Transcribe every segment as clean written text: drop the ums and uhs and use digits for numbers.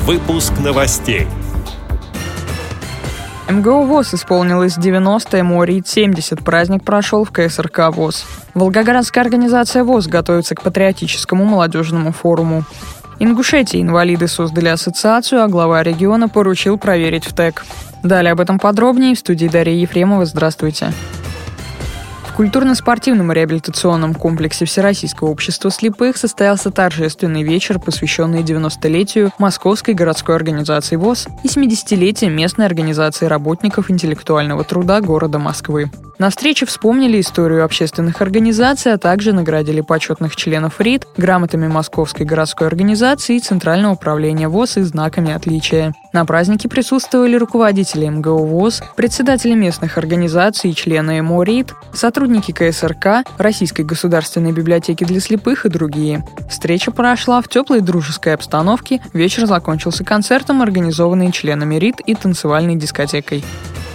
Выпуск новостей. МГУ ВОС исполнилось 90, МОРИД 70. Праздник прошел в КСРК ВОС. Волгоградская организация ВОС готовится к патриотическому молодежному форуму. Ингушетии инвалиды создали ассоциацию, а глава региона поручил проверить в ТЭК. Далее об этом подробнее в студии Дарья Ефремова. Здравствуйте. В культурно-спортивном реабилитационном комплексе Всероссийского общества слепых состоялся торжественный вечер, посвященный 90-летию Московской городской организации ВОС и 70-летию местной организации работников интеллектуального труда города Москвы. На встрече вспомнили историю общественных организаций, а также наградили почетных членов РИД грамотами Московской городской организации и Центрального управления ВОС и знаками отличия. На празднике присутствовали руководители МГУ ВОС, председатели местных организаций и члены МОРИД, сотрудники КСРК, Российской государственной библиотеки для слепых и другие. Встреча прошла в теплой дружеской обстановке, вечер закончился концертом, организованным членами РИД и танцевальной дискотекой.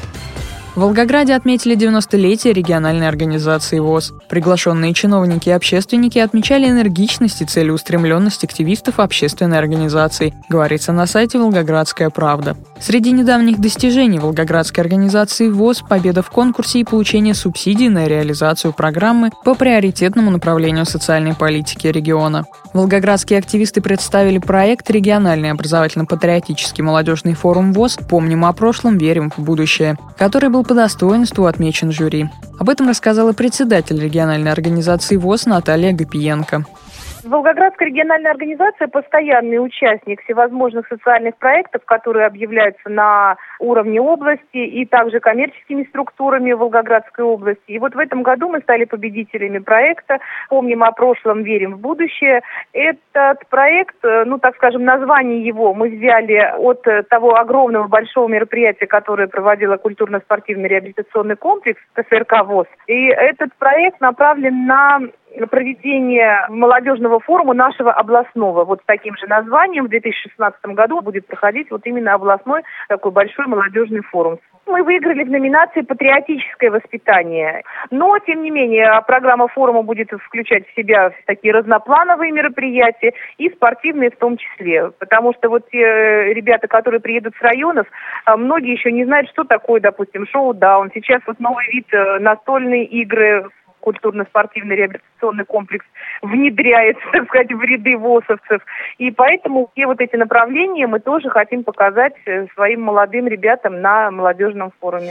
В Волгограде отметили 90-летие региональной организации ВОС. Приглашенные чиновники и общественники отмечали энергичность и целеустремленность активистов общественной организации, говорится на сайте «Волгоградская правда». Среди недавних достижений Волгоградской организации ВОС – победа в конкурсе и получение субсидий на реализацию программы по приоритетному направлению социальной политики региона. Волгоградские активисты представили проект «Региональный образовательно-патриотический молодежный форум ВОС. Помним о прошлом, верим в будущее», который был по достоинству отмечен жюри. Об этом рассказала председатель региональной организации ВОС Наталья Гапиенко. Волгоградская региональная организация – постоянный участник всевозможных социальных проектов, которые объявляются на уровне области и также коммерческими структурами Волгоградской области. И вот в этом году мы стали победителями проекта «Помним о прошлом, верим в будущее». Этот проект, название его мы взяли от того огромного большого мероприятия, которое проводила культурно-спортивный реабилитационный комплекс КСРК ВОС. И этот проект направлен на проведение молодежного форума нашего областного. Вот с таким же названием в 2016 году будет проходить вот именно областной такой большой молодежный форум. Мы выиграли в номинации «Патриотическое воспитание». Но, тем не менее, программа форума будет включать в себя такие разноплановые мероприятия и спортивные в том числе. Потому что вот те ребята, которые приедут с районов, многие еще не знают, что такое, допустим, шоу-даун. Сейчас вот новый вид настольные игры, культурно-спортивный реабилитационный комплекс внедряется, так сказать, в ряды ВОСовцев. И поэтому все вот эти направления мы тоже хотим показать своим молодым ребятам на молодежном форуме.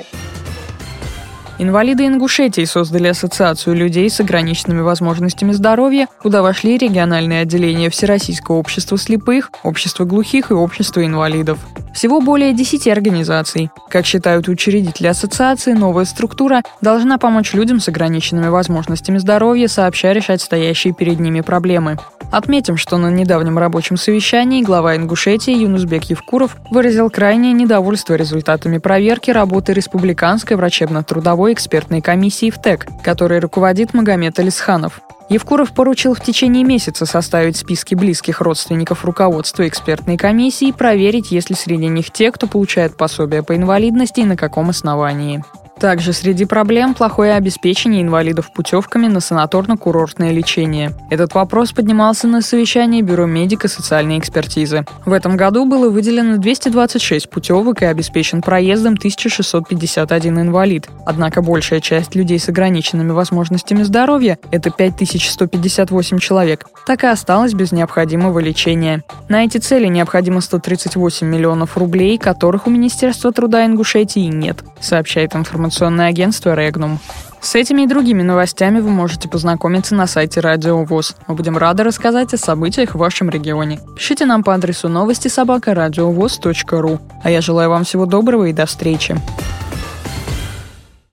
Инвалиды Ингушетии создали ассоциацию людей с ограниченными возможностями здоровья, куда вошли региональные отделения Всероссийского общества слепых, Общества глухих и Общества инвалидов. Всего более 10 организаций. Как считают учредители ассоциации, новая структура должна помочь людям с ограниченными возможностями здоровья сообща решать стоящие перед ними проблемы. Отметим, что на недавнем рабочем совещании глава Ингушетии Юнусбек Евкуров выразил крайнее недовольство результатами проверки работы Республиканской врачебно-трудовой экспертной комиссии в ТЭК, которой руководит Магомед Алисханов. Евкуров поручил в течение месяца составить списки близких родственников руководства экспертной комиссии и проверить, есть ли среди них те, кто получает пособие по инвалидности и на каком основании. Также среди проблем плохое обеспечение инвалидов путевками на санаторно-курортное лечение. Этот вопрос поднимался на совещании Бюро медико-социальной экспертизы. В этом году было выделено 226 путевок и обеспечен проездом 1651 инвалид. Однако большая часть людей с ограниченными возможностями здоровья, это 5158 человек, так и осталась без необходимого лечения. На эти цели необходимо 138 миллионов рублей, которых у Министерства труда Ингушетии нет, сообщает информационное агентство «Регнум». С этими и другими новостями вы можете познакомиться на сайте Радио ВОС. Мы будем рады рассказать о событиях в вашем регионе. Пишите нам по адресу новости@радиовос.ру. А я желаю вам всего доброго и до встречи.